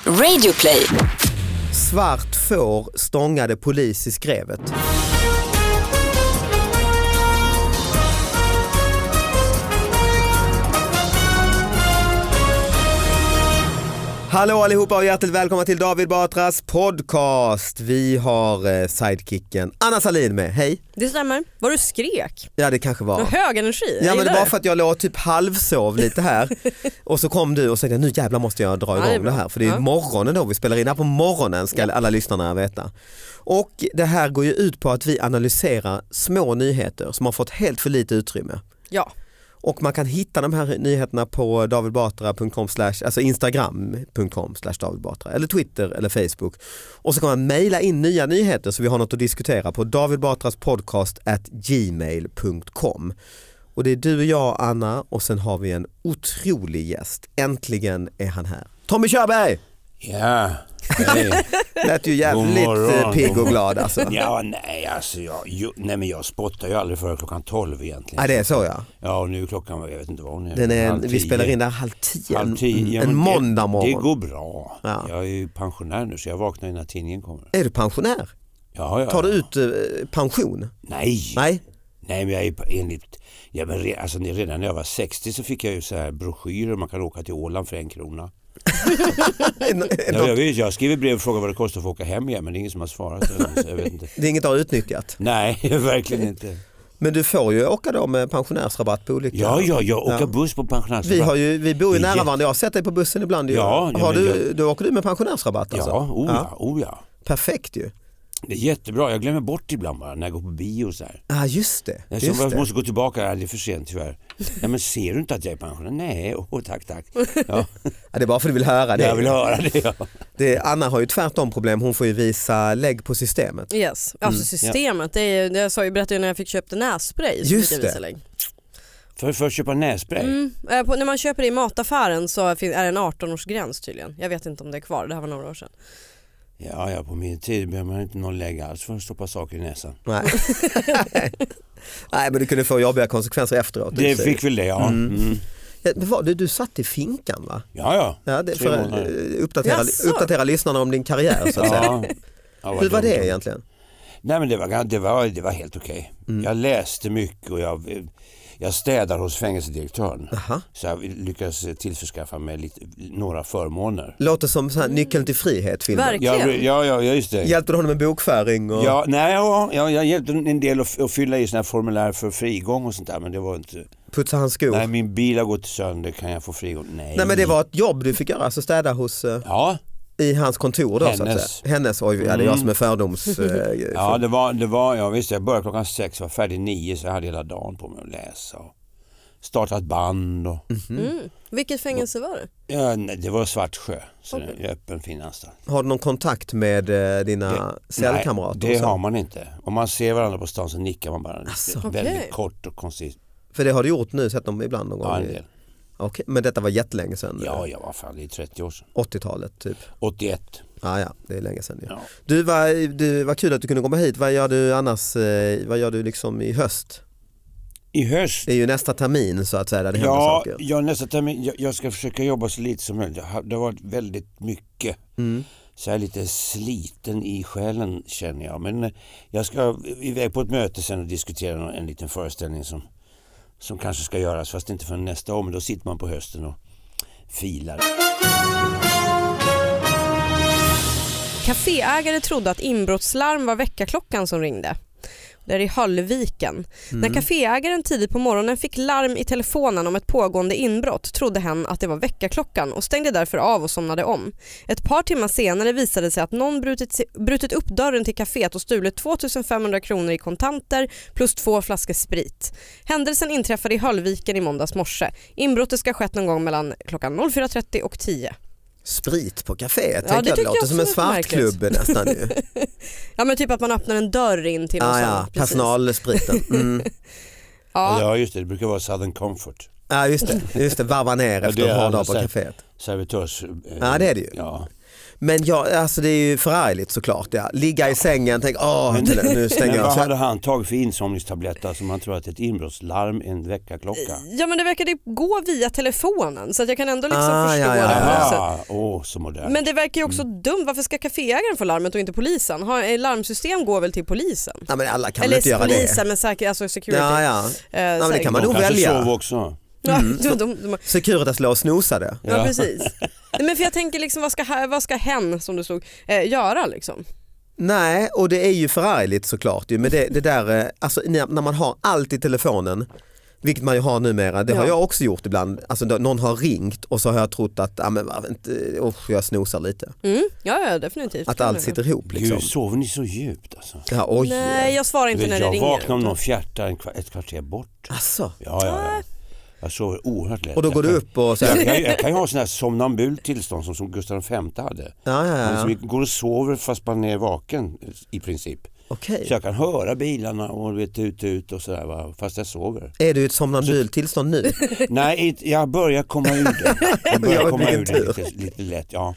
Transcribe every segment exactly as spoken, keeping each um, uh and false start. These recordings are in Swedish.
Radioplay. Svart får stångade polis i skrevet. Hallå allihopa och hjärtligt välkomna till David Batras podcast. Vi har eh, sidekicken Anna Salin med. Hej. Det stämmer. Var du skrek? Ja, det kanske var. Hög energi. Ja, men det var för att jag låg typ halvsov lite här. Och så kom du och sa nu jävlar måste jag dra igång ja, det, det här. För det är ja. morgonen då, vi spelar in här på morgonen ska ja. alla lyssnarna veta. Och det här går ju ut på att vi analyserar små nyheter som har fått helt för lite utrymme. Ja. Och man kan hitta de här nyheterna på davidbatra punkt com slash, alltså instagram punkt com slash davidbatra eller Twitter eller Facebook. Och så kan man mejla in nya nyheter så vi har något att diskutera på davidbatraspodcast at gmail punkt com. Och det är du och jag, Anna, och sen har vi en otrolig gäst. Äntligen är han här. Tommy Körberg! Ja, hej. Lät ju jävligt pigg och glad alltså. Ja, nej, alltså jag, ju, nej men jag spottar ju aldrig före klockan tolv egentligen. Ja, det är så ja. Ja, och nu klockan, jag vet inte vad hon är. Den är vi spelar in där halv tio, halv tio. en, Ja, en måndag morgon. Det, det går bra. Ja. Jag är ju pensionär nu så jag vaknar innan tidningen kommer. Är du pensionär? Ja, ja. Tar du ut eh, pension? Nej. Nej. Nej, men jag är enligt, ja, men re, alltså, redan när jag var sextio så fick jag ju så här broschyrer man kan åka till Åland för en krona. ja, jag, vet, jag skriver brev och frågar vad det kostar för att åka hem igen, men det är ingen som har svarat. Så jag vet inte. Det är inget du har utnyttjat? Nej, verkligen inte. Men du får ju åka då med pensionärsrabatt på olika... Ja, ja, jag åker ja. buss på pensionärsrabatt. Vi, har ju, vi bor ju nära varandra, jag har sett dig på bussen ibland. Ja, ja, har du, jag... du åker du med pensionärsrabatt alltså? Ja, oh ja, oh ja. Perfekt ju. Det är jättebra, jag glömmer bort ibland bara när jag går på bio så här. Ja, ah, just det. Jag, just jag det. måste gå tillbaka, det är för sent tyvärr. Ja, men ser du inte att jag är pensionär? Nej, oh, tack, tack. Ja. Ja, det är bara för att du vill höra det. Jag vill höra det, ja. Det, Anna har ju tvärtom problem, hon får ju visa lägg på systemet. Yes, alltså mm. systemet, det är, det jag sa ju, berättade när jag fick köpa nässpray. Just det. Lägg. För, för att köpa nässpray? Mm. På, när man köper det i mataffären så är det en arton-årsgräns tydligen. Jag vet inte om det är kvar, det här var några år sedan. Ja, ja, på min tid behöver man inte någon lägg alls för att stoppa saker i näsan. Nej. Nej, men du kunde få jobbiga konsekvenser efteråt. Det fick väl det, ja. Mm. Mm. Ja, du, du satt i finkan, va? Ja, ja. ja det, för att uppdatera, uppdatera lyssnarna om din karriär, så att säga. Ja. Ja, hur var det då egentligen? Nej, men det var, det var, det var helt okej. Okay. Mm. Jag läste mycket och jag... Jag städar hos fängelsedirektören. Aha. Så jag lyckades tillförskaffa mig lite, några förmåner. Låter som så här, nyckeln till frihet. Verkligen. Ja, ja, ja, just det. Hjälpte du honom med bokföring? Och... Ja, nej, ja, ja, jag hjälpte en del att, att fylla i såna här formulär för frigång och sånt där. Men det var inte... Putsa hans skor? Nej, min bil har gått sönder. Kan jag få frigång? Nej. Nej, men det var ett jobb du fick göra. Alltså städa hos... Uh... Ja. I hans kontor då, Hennes. så att säga. Hennes, oj, ja, det är jag som är fördoms... Uh, för... Ja, det var, det var, jag visste, jag började klockan sex, var färdig nio, så jag hade hela dagen på mig att läsa och startat band. Och... Mm-hmm. Mm. Vilket fängelse var det? Ja, nej, det var Svartsjö, så okay. det är öppen finanstalt. Har du någon kontakt med uh, dina det, cellkamrater? Nej, det har man inte. Om man ser varandra på stan så nickar man bara. Alltså, väldigt okay. kort och konstigt. För det har du gjort nu, sett dem ibland någon gång? Ja, en del. Okay. Men detta var jättelänge sedan? Ja, jag var fan, det är trettio år sedan. åttiotalet typ? åttioett. Ah, ja, det är länge sedan. Ja. Ja. Du, var, du, var kul att du kunde komma hit. Vad gör du annars, eh, vad gör du liksom i höst? I höst? Det är ju nästa termin så att säga, där det händer ja, saker. Ja, nästa termin. Jag, jag ska försöka jobba så lite som möjligt. Det har varit väldigt mycket. Mm. Så jag är lite sliten i själen, känner jag. Men jag ska iväg på ett möte sen och diskutera en, en liten föreställning som, som kanske ska göras, fast inte för nästa år. Men då sitter man på hösten och filar. Caféägare trodde att inbrottslarm var väckarklockan som ringde. Där i Höllviken. Mm. När kaféägaren tidigt på morgonen fick larm i telefonen om ett pågående inbrott trodde hen att det var väckarklockan och stängde därför av och somnade om. Ett par timmar senare visade det sig att någon brutit, brutit upp dörren till kaféet och stulit tvåtusen kronor i kontanter plus två flaskor sprit. Händelsen inträffade i Höllviken i måndags morse. Inbrottet ska ha skett någon gång mellan klockan fyra trettio och tio. Sprit på kaféet, ja, det, det låter som en svartklubb nästan ju. Ja, men typ att man öppnar en dörr in till ah, ja, personalspriten. Mm. ja. ja, just det, det brukar vara Southern Comfort. Ja, just det, just det, varva ner efter ja, en hård dag på kaféet. Servitörs... Eh, ja, det är det ju. Ja. Men ja, alltså det är ju förargligt såklart. Ja. Ligga i sängen, tänk, åh, nu stänger men jag. vad hade han tagit för insomningstabletter som man tror att ett inbrottslarm är en väckarklocka? Ja, men det verkar gå via telefonen så att jag kan ändå liksom Ah, förstå ja, ja, det. Aha, åh, så modernt. Men det verkar ju också mm. dumt. Varför ska kaféägaren få larmet och inte polisen? Har, larmsystem går väl till polisen? Ja, men alla kan Eller inte göra polisen, det. men säkert, alltså security. Ja, ja. Eh, ja men det kan man de nog kanske välja. sov också. Mm. Ja, de, de, de, Securitas låg och snosade. ja. ja, precis. Men för jag tänker liksom, vad ska, vad ska hen, som du stod, eh, göra liksom? Nej, och det är ju förargligt såklart. Men det, det där, alltså, när man har allt i telefonen, vilket man ju har numera, det ja. har jag också gjort ibland. Alltså, någon har ringt och så har jag trott att ah, men, inte, oh, jag snosar lite. Mm. Ja, ja, definitivt. Att allt sitter ihop. Liksom. Gud, sover ni så djupt alltså? Ja, oj. Nej, jag svarar inte vet, när det jag ringer. Jag vaknar om någon fjärtar en, ett kvarter bort. Asså? Ja, ja, ja. Jag sover oerhört lätt. Och då går jag du kan, upp och så jag, jag, jag kan ju ha sån här somnambult tillstånd som, som Gustav den femte hade. Ja, ja, ja. Man går och sover fast man är vaken i princip. Okay. Så jag kan höra bilarna och vet ut ut och sådär va? Fast jag sover. Är du i ett somnambult tillstånd nu? Nej, jag börjar komma ur det. Jag börjar jag komma ur det lite, lite lätt, ja.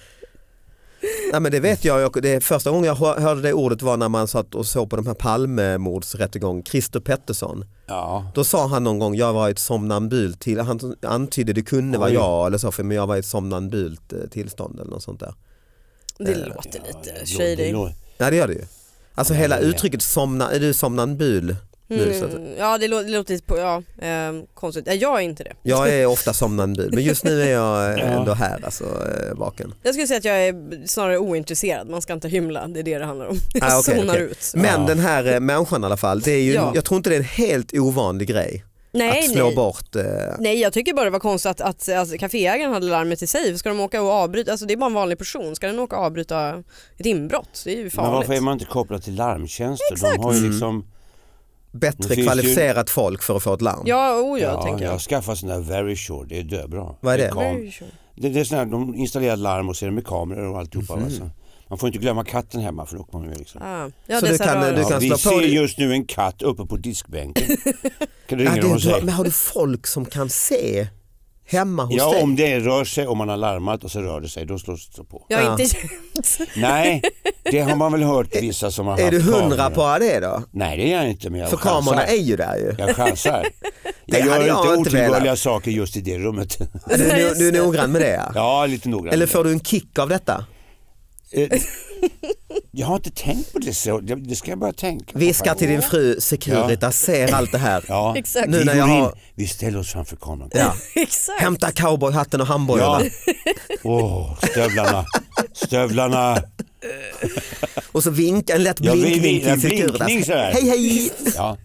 Nej, men det vet jag, det första gången jag hörde det ordet var när man satt och såg på de här Palmemordsrättegång, Christer Pettersson. Ja. Då sa han någon gång, jag var i ett somnambult till, han antydde det kunde vara jag eller så, för men jag var i ett somnambult tillstånd eller något sånt där. Det eh, låter ja, lite shady. Ja, det gör det ju. Alltså ja, hela uttrycket somna, är du somnambul? Nu, mm, ja, det låter, det låter lite på, ja, eh, konstigt. Ja, jag är inte det. Jag är ofta somnambul, men just nu är jag ändå här, alltså eh, vaken. Jag skulle säga att jag är snarare ointresserad. Man ska inte hymla, det är det det handlar om. Jag ah, okay, zonar okay. ut. Men ja. den här eh, människan i alla fall, det är ju, ja. jag tror inte det är en helt ovanlig grej. Nej, att slå nej. bort. Eh... Nej, jag tycker bara det var konstigt att, att alltså, kaféägaren hade larmet i sig. Ska de åka och avbryta? Alltså det är bara en vanlig person. Ska den åka och avbryta ett inbrott? Det är ju farligt. Men varför är man inte kopplad till larmtjänster? Exakt. De har ju liksom... Bättre kvalificerat ju... folk för att få ett larm. Ja, oh ja, ja tänker jag. Jag har skaffat sån där Very Sure, det är döbra. Vad är det? Kam... Det, det är sån här, de installerar larm och ser med kameror och alltihopa. Mm. Alltså. Man får inte glömma katten hemma för då kommer man ju liksom. Ah. Ja, så det du kan, du kan ja, slå vi på ser det. just nu en katt uppe på diskbänken. Kan du ringa ja, och säga? Men har du folk som kan se hemma hos ja, dig? Ja, om det rör sig, om man har larmat och så rör det sig, då slås det på. Jag har ja. inte Nej, det har man väl hört vissa som har haft. Är du hundra kameror. på det då? Nej, det är jag inte, men jag för chansar. kamerorna är ju där ju. Jag chansar. Det jag gör hade jag inte inte otillbörliga velat. saker just i det rummet. Du, du, du är noggrann med det? Ja, ja lite noggrann. Eller får du en kick av detta? Jag har inte tänkt på det så. Det ska jag bara tänka. Viska till din fru, Securitas ja. ser allt det här. Ja, exakt. Nu när vi, jag har... vi ställer oss framför kameran. Ja. Exakt. Hämta cowboyhatten och hamburgarna. Åh, oh, stövlarna. Stövlarna. Och så vinka en lätt blinkning ja, vi, vi, till Securitas. Blinkning, hej hej! Ja.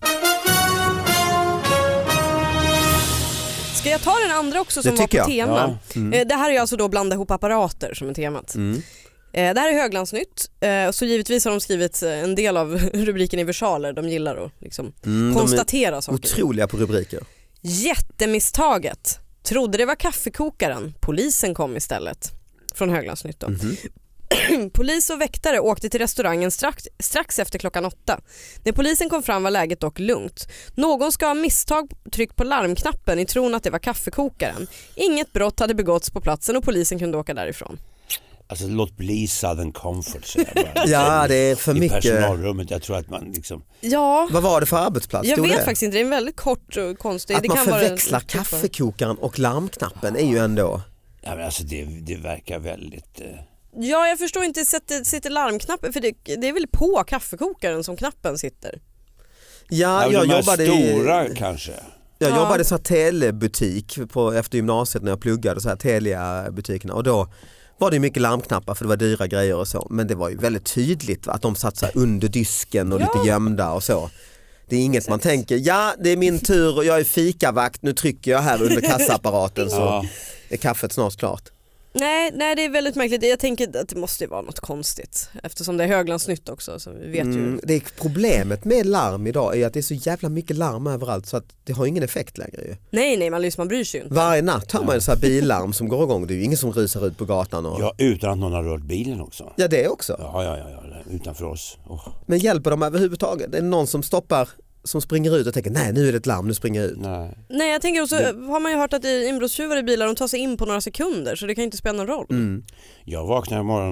Ska jag ta den andra också som var på jag. tema? Ja. Mm. Det här är alltså då blanda ihop apparater som är temat. Mm. Det här är Höglandsnytt, så givetvis har de skrivit en del av rubriken i versaler. De gillar att liksom mm, konstatera de saker. Otroliga på rubriker. Jättemisstaget. Trodde det var kaffekokaren. Polisen kom istället. Från Höglandsnytt då. Mm-hmm. Polis och väktare åkte till restaurangen strax, strax efter klockan åtta. När polisen kom fram var läget dock lugnt. Någon ska ha misstag tryckt på larmknappen i tron att det var kaffekokaren. Inget brott hade begåtts på platsen och polisen kunde åka därifrån. Alltså låt bli Southern Comfort säger jag bara. Ja, det är för I mycket. I personalrummet, jag tror att man liksom... Ja. Vad var det för arbetsplats? Jag Stod vet det? faktiskt inte, det är en väldigt kort och konstig. Att det man kan förväxlar vara kaffekokaren och larmknappen är ju ändå... Ja, men alltså det, det verkar väldigt... Eh... Ja, jag förstår inte, sitter, sitter larmknappen, för det, det är väl på kaffekokaren som knappen sitter. Ja, ja jag de jobbade stora i... kanske. Jag ja. jobbade så här telebutik på, efter gymnasiet när jag pluggade så här Telia-butikerna och då var det mycket larmknappar för det var dyra grejer och så. Men det var ju väldigt tydligt va, att de satt så här under disken och ja. lite gömda och så. Det är inget Exakt. man tänker, ja det är min tur och jag är fikavakt, nu trycker jag här under kassaapparaten så ja. är kaffet snart klart. Nej, nej, det är väldigt märkligt. Jag tänker att det måste vara något konstigt eftersom det är Höglandsnytt också. Så vi vet ju. Mm, det är problemet med larm idag är att det är så jävla mycket larm överallt så att det har ingen effekt längre ju. Nej, nej, man, man bryr sig ju inte. Varje natt har man en sån här billarm som går igång. Det är ju ingen som rusar ut på gatan. Och... Ja, utan att någon har rört bilen också. Ja, det också. Ja, ja, ja, ja utanför oss. Oh. Men hjälper de överhuvudtaget? Det är någon som stoppar som springer ut och tänker nej nu är det ett larm, nu springer jag ut. Nej, nej jag tänker också, det... har man ju hört att inbrottstjuvar i bilar de tar sig in på några sekunder så det kan inte spela någon roll. Mm. Jag vaknade i morgon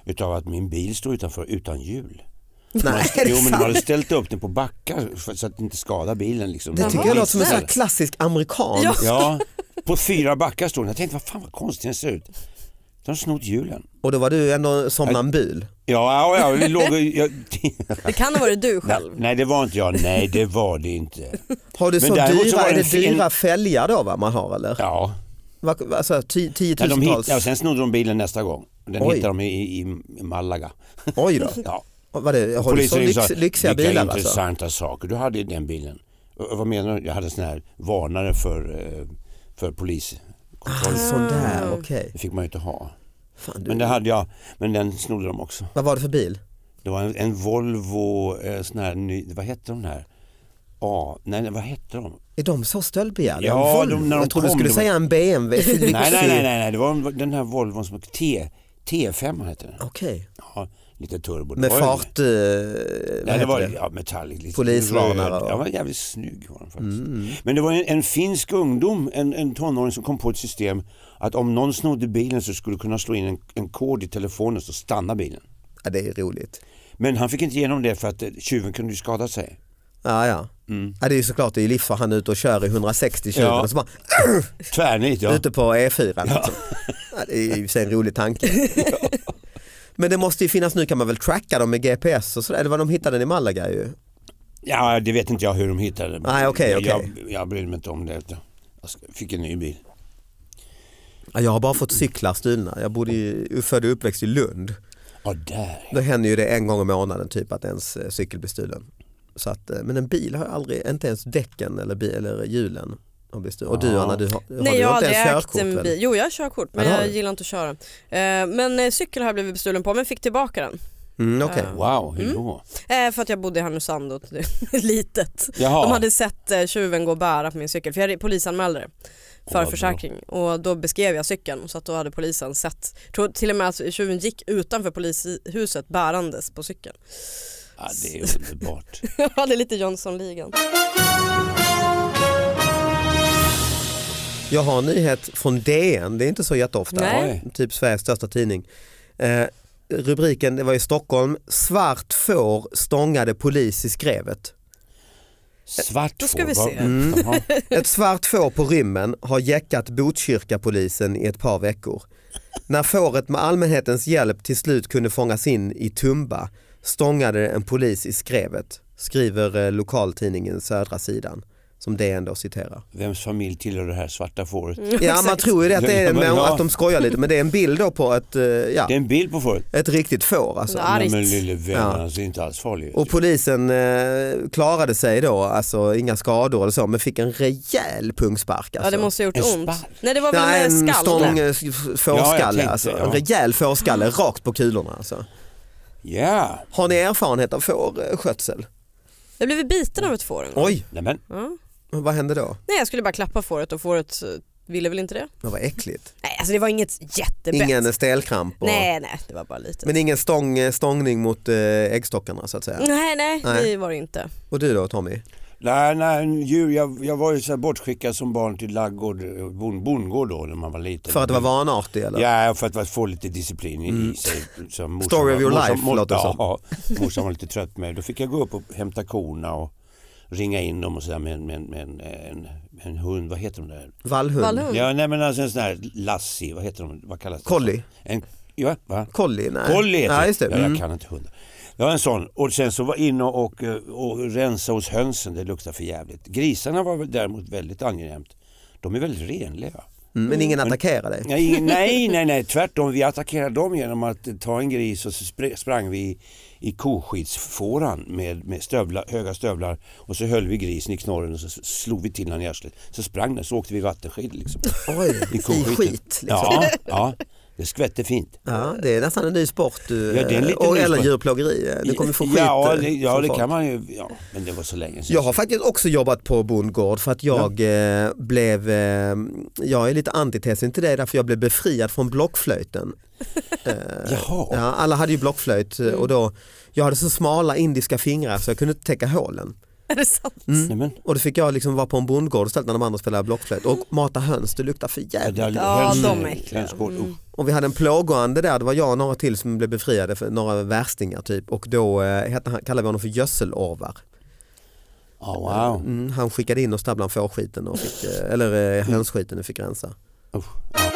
utav att min bil stod utanför utan hjul. Nej, jo, men de hade ställt upp den på backar för, så att det inte skadar bilen. Liksom. Det tycker jag låter som en sån här klassisk amerikan. Ja. Ja, på fyra backar stod den. Jag tänkte, vad fan vad konstigt den ser ut. De har snott hjulen. Och då var du ändå somnambul. Ja, ja, jag låg... Jag, det kan ha varit du själv. Nej, det var inte jag. Nej, det var det inte. Har du så dyra, så är det fin... dyra fälgar då va, man har eller? Ja. Va, alltså tiotusentals? Ja, ja, sen snodde de bilen nästa gång. Den Oj. hittade de i, i, i Malaga. Oj då. Ja. Vad det, har du så lyx, lyxiga bilar? Vilka intressanta alltså? saker. Du hade den bilen. Och, vad menar du? Jag hade sån här varnare för, för poliskontroll. Ah, sån där, okej. Okay. Det fick man ju inte ha. Fan, du... Men det hade jag, men den snodde de också. Vad var det för bil? Det var en, en Volvo, eh, sån här ny, vad hette de här? Ja, nej, vad hette de? Är de så stöldbegärliga? Ja, de, när de jag trodde du skulle de... säga en B M W. nej, nej, nej, nej, nej, det var den här Volvon som T, T fem hette den. Okej. Okay. Ja, lite turbo. Med fart... Eh, nej, det var det? Ja, metall. Polisvarnare. Och... Ja, var jävligt snygg var den faktiskt. Mm. Men det var en, en finsk ungdom, en, en tonåring som kom på ett system att om någon snodde bilen så skulle kunna slå in en, en kod i telefonen så stanna bilen. Ja, det är roligt. Men han fick inte igenom det för att tjuven kunde ju skada sig. Ja, ja. Mm. Ja, det är ju såklart, det är livsfar han är ute och kör i hundrasextio tjuven ja. och så bara tvärnit, ja. ute på E fyra. Ja. Liksom. Ja, det är ju en rolig tanke. Ja. Men det måste ju finnas, nu kan man väl tracka dem med G P S och så, eller vad de hittade den i Malaga ju. Ja, det vet inte jag hur de hittade det. Nej, okej, okej. Jag, jag brydde mig inte om det. Jag fick en ny bil. Ja, jag har bara fått cyklar stulna. Jag bodde i, född och uppväxt i Lund. Ja, där. Då händer ju det en gång i månaden typ att ens cykel blir stulen. Så att, men en bil har jag aldrig, inte ens däcken eller, bil, eller hjulen har blivit stulen. Och du Anna, du har, Nej, har du jag inte ens körkort? En bil. Jo, jag har körkort men jag gillar inte att köra. Uh, men uh, cykel har jag blivit bestulen på men fick tillbaka den. Mm, okay. uh, wow, hur då? Mm. Uh, för att jag bodde i Härnösand och litet. Jaha. De hade sett uh, tjuven gå och bära på min cykel för jag polisanmälde det. För oh, försäkring bra. Och då beskrev jag cykeln så att då hade polisen sett, tror till och med att tjuven gick utanför polishuset bärandes på cykeln. Ja, det är underbart. Ja, det är lite Jönssonligan. Jag har en nyhet från D N, det är inte så jätteofta. Nej. Typ Sveriges största tidning. Eh, rubriken, det var i Stockholm, svart får stångade polis i skrevet. Svart Då ska vi se. Mm. Ett svart får på rymmen har jäckat Botkyrka-polisen i ett par veckor. När fåret med allmänhetens hjälp till slut kunde fångas in i Tumba stångade en polis i skrevet, skriver eh, lokaltidningen Södra sidan, som det ändå citerar. Vems familj tillhör det här svarta fåret? Ja, man tror ju det att, det är, men, att de skojar lite, men det är en bild då på ett, eh, ja, det är en bild på fåret? Ett riktigt får. Alltså. Nej, men lille vän, ja. Alltså, inte alls farlig. Och polisen eh, klarade sig då, alltså inga skador eller så, men fick en rejäl pungspark. Alltså. Ja, det måste ha gjort en ont. spark. Nej, det var väl Nej, en skalle. Stång, fårskalle, ja, alltså. Ja. En rejäl fårskalle, mm. rakt på kulorna. Alltså. Yeah. Har ni erfarenhet av fårskötsel? Jag blev biten av ett får en gång. Oj, nämen. Ja. Vad hände då? Nej, jag skulle bara klappa fåret och fåret ville väl inte det. Det var äckligt. Nej, alltså det var inget jättebett. Ingen stelkramp? Och... Nej, nej, det var bara lite. Men ingen stång, stångning mot eh, äggstockarna så att säga? Nej, nej, nej, det var det inte. Och du då, Tommy? Nej, nej, djur, jag, jag var ju så här bortskickad som barn till laggård, bon, bondgård då när man var liten. För att det var vanartig eller? Ja, för att få lite disciplin i mm. sig. Så morsan, Story of your morsan, life morsan, låter det som. Ja, morsan var lite trött med. Då fick jag gå upp och hämta korna och ringa in dem och sådär med, med, med, med en, en hund, vad heter de där? Vallhund. Vallhund. Ja, nej men alltså en sån här lassie, vad heter de? Vad kallas det? Collie. En, ja, va? Collie, nej. Collie heter ja, just det. Ja, jag kan inte hundar. Ja, en sån. Och sen så var in och, och, och rensa hos hönsen, det luktar för jävligt. Grisarna var däremot väldigt angenämt. De är väldigt renliga. Mm, men ingen attackerar dig? Nej, nej, nej, nej, tvärtom. Vi attackerade dem genom att ta en gris och så sprang vi i koskitsfåran med, med stövlar, höga stövlar och så höll vi grisen i knorren och så slog vi till den i arslet. Så sprang den, så åkte vi vattenskid liksom. Oj, i, i skit liksom. Ja, ja. Det skvätter fint. Ja, det är nästan en ny sport. Du, ja, det är en och, ny eller sport. djurplågeri. Du kommer få skit. Ja, det, ja, det kan man ju. Ja, men det var så länge sedan. Jag har faktiskt också jobbat på bondgård för att jag ja. eh, blev, eh, jag är lite antitesen till det därför jag blev befriad från blockflöjten. eh, Jaha. Ja, alla hade ju blockflöjt mm. och då, jag hade så smala indiska fingrar så jag kunde inte täcka hålen. Är det sant? Mm. men. Och då fick jag liksom vara på en bondgård istället när de andra spelade blockflöjt och mata höns, det luktar för jävligt. Ja, Ja, höns, de är äckliga. hönsgård, Mm. oh. Och vi hade en plågående där, det var jag och några till som blev befriade för några värstingar typ och då eh, hette han, kallade vi honom för gödselorvar. Oh, wow. Mm, han skickade in och stabblade fårskiten och fick, eh, eller eh, hönsskiten och fick rensa. Oh, ja.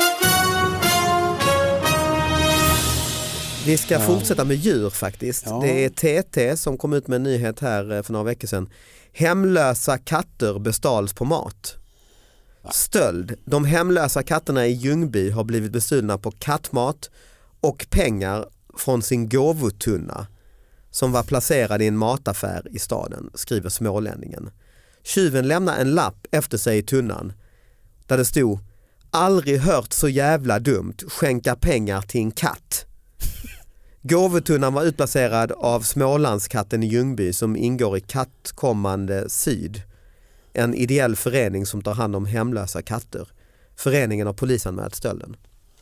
Vi ska Ja. fortsätta med djur faktiskt. Ja. Det är T T som kom ut med en nyhet här eh, för några veckor sedan. Hemlösa katter bestals på mat. Stöld. De hemlösa katterna i Ljungby har blivit bestulna på kattmat och pengar från sin gåvotunna som var placerad i en mataffär i staden, skriver Smålänningen. Tjuven lämnar en lapp efter sig i tunnan där det stod: aldrig hört så jävla dumt, skänka pengar till en katt. Gåvotunnan var utplacerad av Smålandskatten i Ljungby som ingår i Kattkommande Syd, en ideell förening som tar hand om hemlösa katter. Föreningen har polisanmält stölden.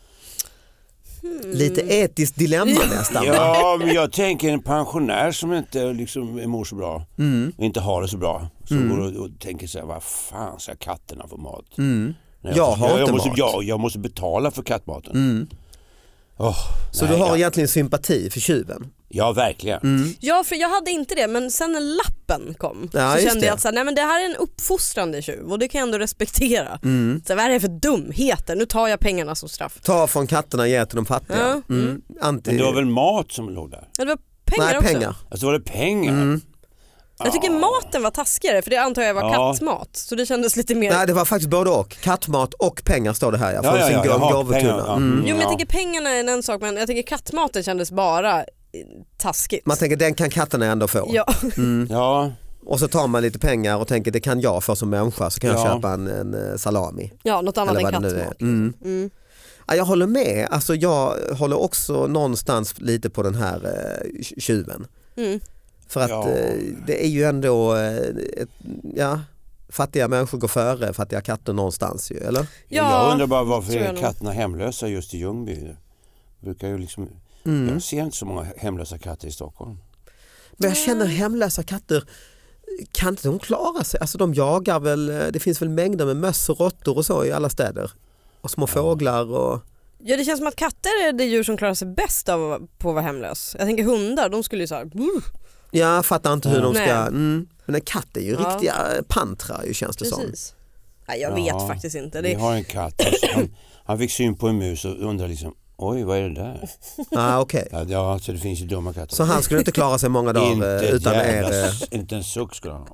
Hmm. Lite etiskt dilemma nästan. Ja, men jag tänker en pensionär som inte liksom mår så bra Mm. och inte har det så bra. Som Mm. går och, och tänker så här, vad fan ska katterna få mat? Mm. Nej, Jag har jag, inte måste, mat. jag, jag måste betala för kattmaten. Mm. Oh, Så nej, du har ja. egentligen sympati för tjuven? Ja, verkligen. Mm. Ja, för jag hade inte det, men sen när lappen kom Ja, så just kände det. jag att så här, nej, men det här är en uppfostrande tjuv och det kan jag ändå respektera. Mm. Så här, vad är det för dumheter? Nu tar jag pengarna som straff. Ta från katterna och ge till de fattiga. Ja, Mm. mm. Anti... Men det var väl mat som låg där? Ja, det var pengar Nej, också. pengar. Alltså var det pengar? Mm. Jag tycker Ja. maten var taskigare för det antar jag var Ja. kattmat. Så det kändes lite mer... Nej, det var faktiskt både och. Kattmat och pengar står det här. Ja, Ja, från ja, sin ja, gå- jaha, gåvotunna. pengar, ja. Mm. Jo, men jag Ja. tänker pengarna är en sak, men jag tänker kattmaten kändes bara eh, taskigt. Man tänker den kan katterna ändå få. Ja. Mm. Ja, Och så tar man lite pengar och tänker det kan jag få som människa, så kan jag Ja. köpa en, en eh, salami. ja, något annat Eller än vad det nu är. kattmat. Mm. Mm. Ja, jag håller med. Alltså, jag håller också någonstans lite på den här eh, tjuven. Mm. För att Ja. eh, det är ju ändå eh, ett, ja, fattiga människor går före fattiga katter någonstans ju, eller? Ja, jag undrar bara varför tror jag är nog. katterna hemlösa just i Ljungby? Det brukar ju liksom, Mm. jag ser inte så många hemlösa katter i Stockholm. Men jag känner hemlösa katter, kan inte de klara sig? Alltså de jagar väl, det finns väl mängder med möss och råttor och så i alla städer. Och små fåglar och... Ja, det känns som att katter är det djur som klarar sig bäst av på att vara hemlös. Jag tänker hundar, de skulle ju så här... "Brr." Jag fattar inte hur de ska... Nej. Mm. Men en katt är ju Ja. riktiga pantrar ju, känns det som. Precis. Nej, jag Ja, vet faktiskt inte. Vi Det... har en katt, han, han fick syn på en mus och undrar liksom, oj vad är det där? Ah, okej. Ja, ja så det finns ju dumma katter. Så han skulle inte klara sig många dagar inte, eh, utan jävla, er... eh, inte en suck skulle han ha.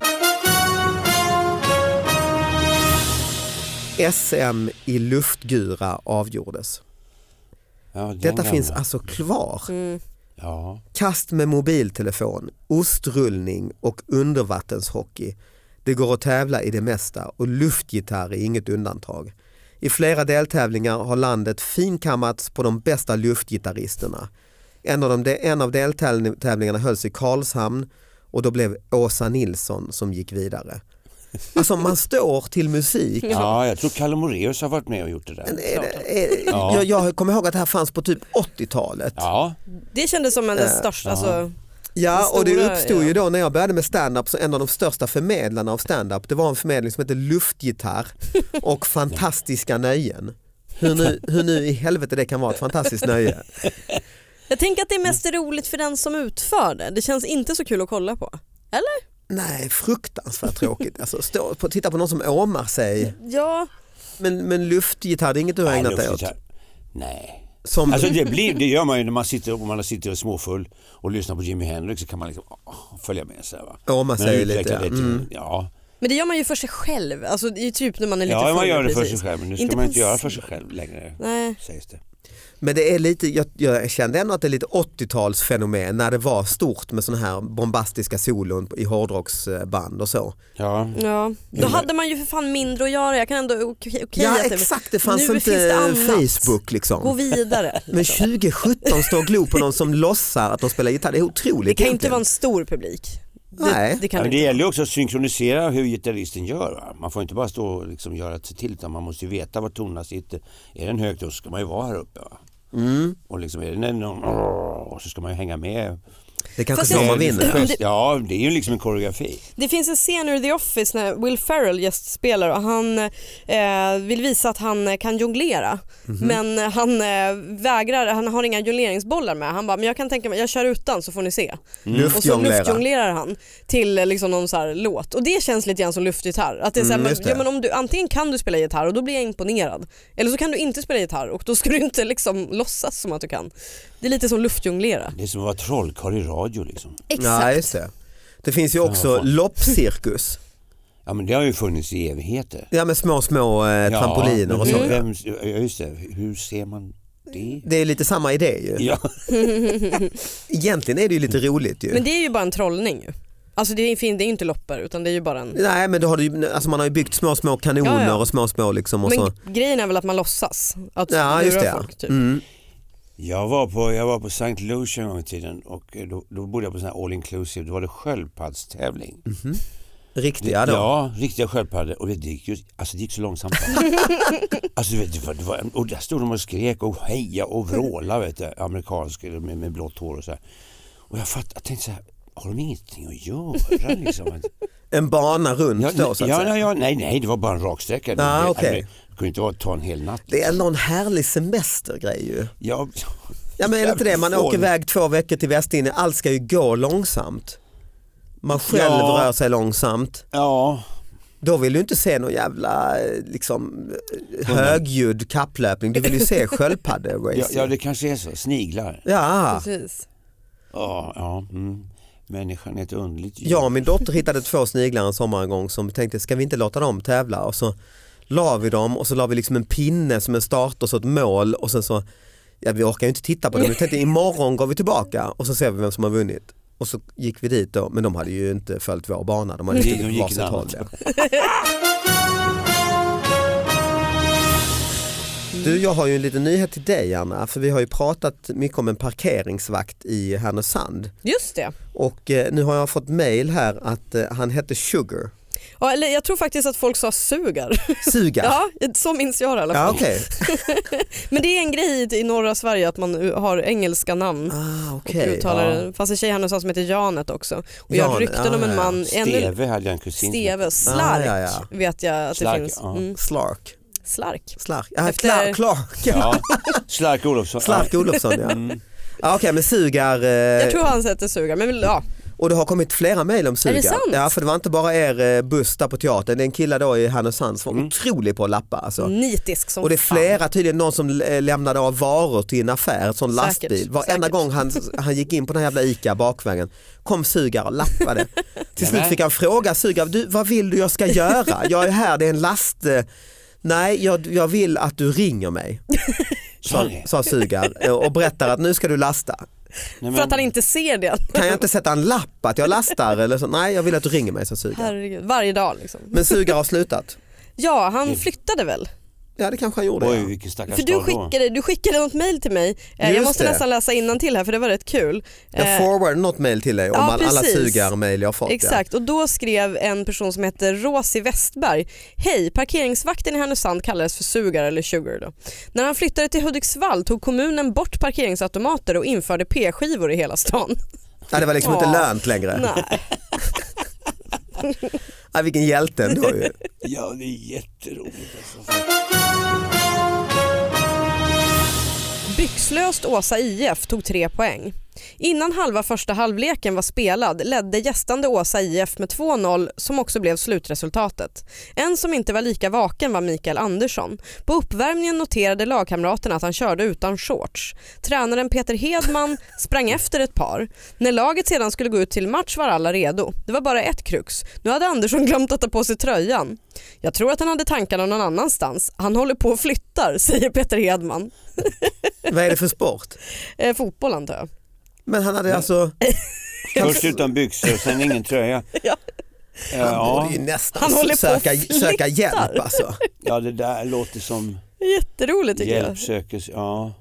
S M i luftgura avgjordes. Ja, den Detta gamla. finns alltså kvar. Mm. Ja, Kast med mobiltelefon, ostrullning och undervattenshockey. Det går att tävla i det mesta och luftgitarr är inget undantag. I flera deltävlingar har landet finkammats på de bästa luftgitarristerna. En av, de, en av deltävlingarna hölls i Karlshamn och då blev Åsa Nilsson som gick vidare. Alltså man står till musik. ja jag tror Kalle Moraeus har varit med och gjort det där. Men är det, är, Ja. jag, jag kommer ihåg att det här fanns på typ åttiotalet. Ja, Det kändes som en den Äh, största... ja. Alltså, Ja, Det och det stora, uppstod ju ja. då när jag började med stand-up, så en av de största förmedlarna av stand-up, det var en förmedling som heter Luftgitarr och fantastiska nöjen. Hur nu, hur nu i helvete det kan vara ett fantastiskt nöje. jag tänker att det är mest roligt för den som utför det. Det känns inte så kul att kolla på. Eller? Nej, fruktansvärt tråkigt. Alltså, stå på, titta på någon som åmar sig. Ja. Men, men luftgitarr, det är inget du har Nej, ägnat dig åt. luftgitarr. Nej. Som, Alltså det, blir, det gör man ju när man sitter, om man sitter småfull och lyssnar på Jimi Hendrix, så kan man liksom åh, följa med sig. Va? åmar Men sig utveckla lite. det till, Mm. ja. Men det gör man ju för sig själv. Alltså det är ju typ när man är lite ja, man full, gör det för precis. sig själv, men nu ska Inte man på inte göra en för sig själv längre, Nej. sägs det. Men det är lite, jag, jag kände ändå att det är lite åttiotalsfenomen när det var stort med såna här bombastiska solon i hårdrocksband och så. Ja, Ja, då hade man ju för fan mindre att göra. Jag kan ändå okej okej Ja, att det- exakt, det fanns nu inte finns det annat. Facebook liksom. Gå vidare. Men tjugo sjutton står och glor på någon som låtsar att de spelar gitarr. Det är otroligt. Det kan ju inte egentligen. vara en stor publik. Det, Nej. det kan ja, det men det inte. gäller ju också att synkronisera hur gitarristen gör. Va? Man får inte bara stå och liksom göra sig till, utan man måste ju veta var tonerna sitter. Är den högt så ska man ju vara här uppe. Va? Mm. Och liksom är det någon, och så ska man ju hänga med. Det är kanske Fast så jag- man vinner. det- Ja, det är ju liksom en koreografi. Det finns en scen ur The Office när Will Ferrell gästspelar och han eh, vill visa att han kan jonglera. Mhm. Men han eh, vägrar, han har inga jongleringsbollar med. Han bara, men jag kan tänka mig, jag kör utan så får ni se. Och så Luftjonglera. luftjonglerar han till eh, liksom någon så här låt. Och det känns lite grann som luftgitarr. Att det är så här, Mm, men, just det. ja, men om du, antingen kan du spela gitarr och då blir jag imponerad. Eller så kan du inte spela gitarr och då ska du inte liksom låtsas som att du kan. Det är lite som luftjonglera. Det är som att vara trollkarl i radio liksom. Exakt. Ja, just det. Det finns ju också fan. loppcirkus. Ja, men det har ju funnits i evigheter. Ja, med små små eh, trampoliner ja, och så. men vem, ja, just det. Hur ser man det? Det är lite samma idé ju. Ja. Egentligen är det ju lite roligt ju. Men det är ju bara en trollning ju. Alltså det är, fin- det är inte loppor utan det är ju bara en... Nej, men då har du, ju- alltså man har ju byggt små små kanoner Ja, ja. och små små liksom och Men så. grejen är väl att man låtsas att Ja, just lura det. folk typ. Mm. Jag var på, jag var på Saint Lucia en gång i tiden och då, då bodde jag på sån här all inclusive. Då var det sköldpaddstävling. Riktiga då. Ja, riktiga sköldpaddor. Och det gick, ju, alltså det gick så långsamt. alltså, du vet, det var, det var, och där stod de och skrek och heja och vråla, vet du, amerikanska med, med blått hår och så här. Och jag, fatt, jag tänkte så här, har de ingenting att göra liksom? En bana runt Ja, då så att ja, säga. ja, ja, nej, nej, det var bara en raksträcka. Ah, det, okej. det, det kunde inte vara ta en hel natt. Det är någon härlig semestergrej ju. Ja, Ja, men är det inte det? Man Jävligt åker fånigt. iväg två veckor till Västindien. Allt ska ju gå långsamt. Man själv Ja. rör sig långsamt. ja, Då vill du inte se någon jävla eh, liksom, eh, högljudd kapplöpning. Du vill ju se sköldpadderacing. ja, ja, det kanske är så. Sniglar. Ja, Precis. Ja, ja. Mm. Människan är ett underligt djur. jag och min dotter hittade två sniglar en sommar en gång som tänkte, ska vi inte låta dem tävla? Och så la vi dem och så la vi liksom en pinne som en start och så ett mål och sen så, ja, vi orkar ju inte titta på dem. Vi tänkte imorgon går vi tillbaka och så ser vi vem som har vunnit. Och så gick vi dit då, men de hade ju inte följt vår bana. De hade De inte gick varsitt ett håll annat. där. Du, jag har ju en liten nyhet till dig, Anna, för vi har ju pratat mycket om en parkeringsvakt i Härnösand. Just det. Och eh, nu har jag fått mejl här att eh, han hette Sugar. Ja, eller jag tror faktiskt att folk sa sugar. Sugar? Ja, så minns jag det i alla fall. Ja, okej. Men det är en grej i norra Sverige att man har engelska namn. Ah, Och okej. uttalar, ja. det fanns en tjej här någonstans som heter Janet också. Och jag har Janet, rykten om ah, en ja. man, ännu, Steve hade jag en kusin. Steve, Slark Ah, ja, ja. vet jag att Slark, det finns. ja. Mm. Slark. Slark. Slark. Ja, Efter- Clark, Clark. Ja, Slark Olofsson. Slark Olofsson, ja. Mm. Ah, okej, men Sugar. Eh, Jag tror han sätter sugar. Men ja, Och det har kommit flera mejl om Sugar. Är det sant? Ja, för det var inte bara er eh, buss där på teatern. Det är en kille då i Härnösand som var Mm. otrolig på att lappa. Alltså. nitisk som Och det är fan. flera, tydligen någon som eh, lämnade av varor till en affär, ett sån Säkert, lastbil. Varenda säkert. gång han, han gick in på den här jävla Ica bakvägen kom Sugar och lappade. Till slut Nämen. fick han fråga Sugar, du, vad vill du jag ska göra? Jag är här, det är en last... Eh, nej, jag, jag vill att du ringer mig. Sa, Nej. sa Sugar eh, och berättar att nu ska du lasta. Nej, För att han inte ser det. Kan jag inte sätta en lapp att jag lastar? Eller så? Nej, jag vill att du ringer mig, sa Sugar. Herregud, varje dag liksom. Men Sugar har slutat. Ja, han flyttade väl? Ja, det kanske han gjorde. Oj, Ja. vilken stackars För du dag då. skickade, du skickade något mejl till mig. Eh, Just Jag måste det. nästan läsa innantill här för det var rätt kul. Jag Eh, forward något mejl till dig om Ja, all, alla precis. Sugar-mejl jag har fått. Exakt, och då skrev en person som heter Rosie Westberg: hej, parkeringsvakten i Härnösand kallades för Sugar eller Sugar då. När han flyttade till Hudiksvall tog kommunen bort parkeringsautomater och införde p-skivor i hela stan. Ja. Ja, det var liksom Ja. inte lönt längre. Nej. Ja, vilken hjälte ändå ju. Ja, det är jätteroligt alltså. Byxlöst Åsa I F tog tre poäng. Innan halva första halvleken var spelad ledde gästande Åsa I F med två noll som också blev slutresultatet. En som inte var lika vaken var Mikael Andersson. På uppvärmningen noterade lagkamraterna att han körde utan shorts. Tränaren Peter Hedman sprang efter ett par. När laget sedan skulle gå ut till match var alla redo. Det var bara ett krux. Nu hade Andersson glömt att ta på sig tröjan. Jag tror att han hade tankarna någon annanstans. Han håller på och flyttar, säger Peter Hedman. Vad är det för sport? Eh, fotboll antar jag. Men han hade alltså... Först utan byxor, sen ingen tröja. Ja. Han Ja, borde ju nästan Han håller på söka, och söka flyttar. hjälp alltså. ja, det där låter som Jätteroligt tycker hjälp jag. sökes. Ja.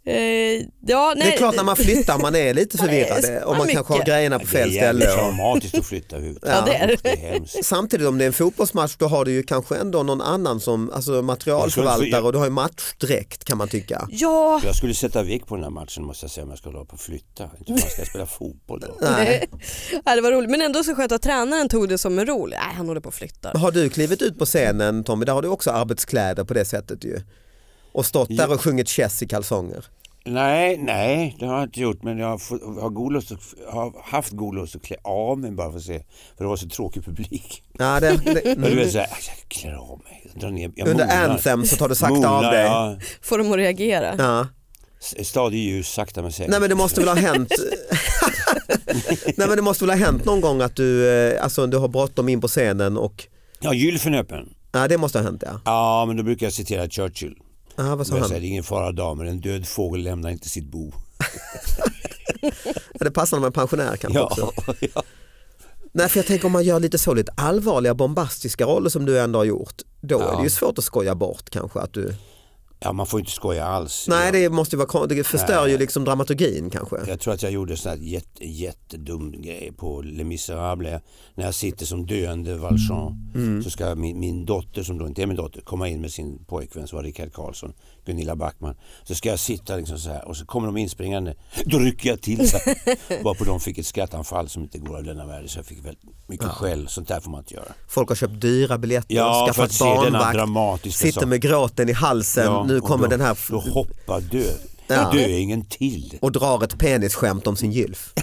Eh, ja, nej. Det är klart när man flyttar man är lite förvirrad och man kanske har grejerna på fel ställe. Det är traumatiskt att flytta ut. Ja, det är det. Det är hemskt. Samtidigt om det är en fotbollsmatch då har du ju kanske ändå någon annan som alltså materialförvaltare och du har ju matchdräkt kan man tycka. Ja. Jag skulle sätta vikt på den här matchen måste jag säga om jag skulle hålla på att flytta. Inte för att ska spela fotboll då. Nej. Ja, det var roligt men ändå så skönt att tränaren tog det som en rolig. Nej, han håller på att flytta. Har du klivit ut på scenen Tommy? Där har du också arbetskläder på det sättet ju. Och stått där och sjungit chess i kalsonger. Nej, nej, det har jag inte gjort men jag har, fått, har, god lust att, har haft god lust att klä av mig bara för att se för det var så tråkig publik. Ja, det, det, mm. du vet så här, jag klär av mig. Jag drar ner, jag under monar. Anthem så tar du sakta monar, av dig. Ja. Får de att reagera? Ja. Stadig ljus, sakta men säkert. Nej men det måste väl ha hänt. Nej men det måste väl ha hänt någon gång att du alltså du har bråttom in på scenen och ja, gylfen öppen. Ja, det måste ha hänt ja. Ja, men då brukar jag citera Churchill. Ja, vad sa han? Säger, det är ingen fara damer, en död fågel lämnar inte sitt bo. Ja, det passar när man är pensionär kanske ja, också. Ja. Nej, för jag tänker om man gör lite så lite allvarliga bombastiska roller som du ändå har gjort, då ja. Är det ju svårt att skoja bort kanske att du... Ja, man får inte skoja alls. Nej, ja. det måste ju vara, det förstör Nej. ju liksom dramaturgin kanske. Jag tror att jag gjorde en sån här jätte, jättedum grej på Les Misérables. När jag sitter som döende Valjean mm. så ska min, min dotter, som då inte är min dotter, komma in med sin pojkvän som var Rickard Karlsson, Gunilla Backman. Så ska jag sitta liksom så här och så kommer de inspringande. Då rycker jag till så här. Varpå de fick ett skrattanfall som inte går av denna värld. Så jag fick väldigt mycket ja. skäll. Sånt där får man inte göra. Folk har köpt dyra biljetter, ja, skaffat barnvakt, sitter sak. med gråten i halsen. Ja, nu kommer då, den här... Då hoppar död. Ja. Dö ingen till. Och drar ett penisskämt om sin gylf.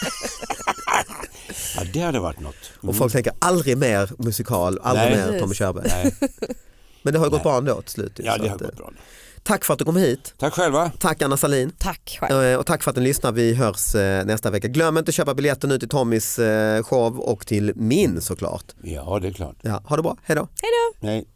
Ja, det hade varit något. Mm. Och folk tänker aldrig mer musikal, aldrig Nej. mer Tommy Körberg. Nej. Men det har ju gått bra ändå till slut. Ja, det har att, gått bra. Tack för att du kom hit. Tack själva. Tack Anna Salin. Tack själv. Och tack för att ni lyssnar. Vi hörs nästa vecka. Glöm inte att köpa biljetten ut till Tommys show och till min såklart. Ja, det är klart. Ja, ha det bra. Hej då. Hej då. Nej.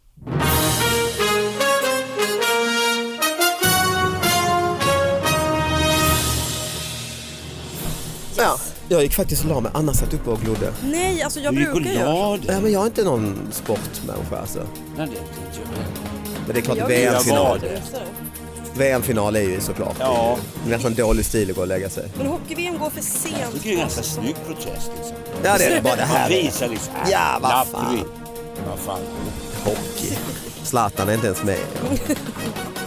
Ja, jag gick faktiskt och la mig. Anna satt uppe och glodde. Nej, alltså jag brukar göra. Ja, men jag är inte någon sportmänniska alltså. Nej, det är inte jag. Men det är klart V M-final. V M-final är ju såklart. Ja. Det är nästan dålig stil att gå och lägga sig. Men hockey-V M går för sent. Det är en ganska snygg protest liksom. Ja, det är bara det här. Man visar liksom. Ja, vad fan. Vad fan. Hockey. Zlatan är inte ens med.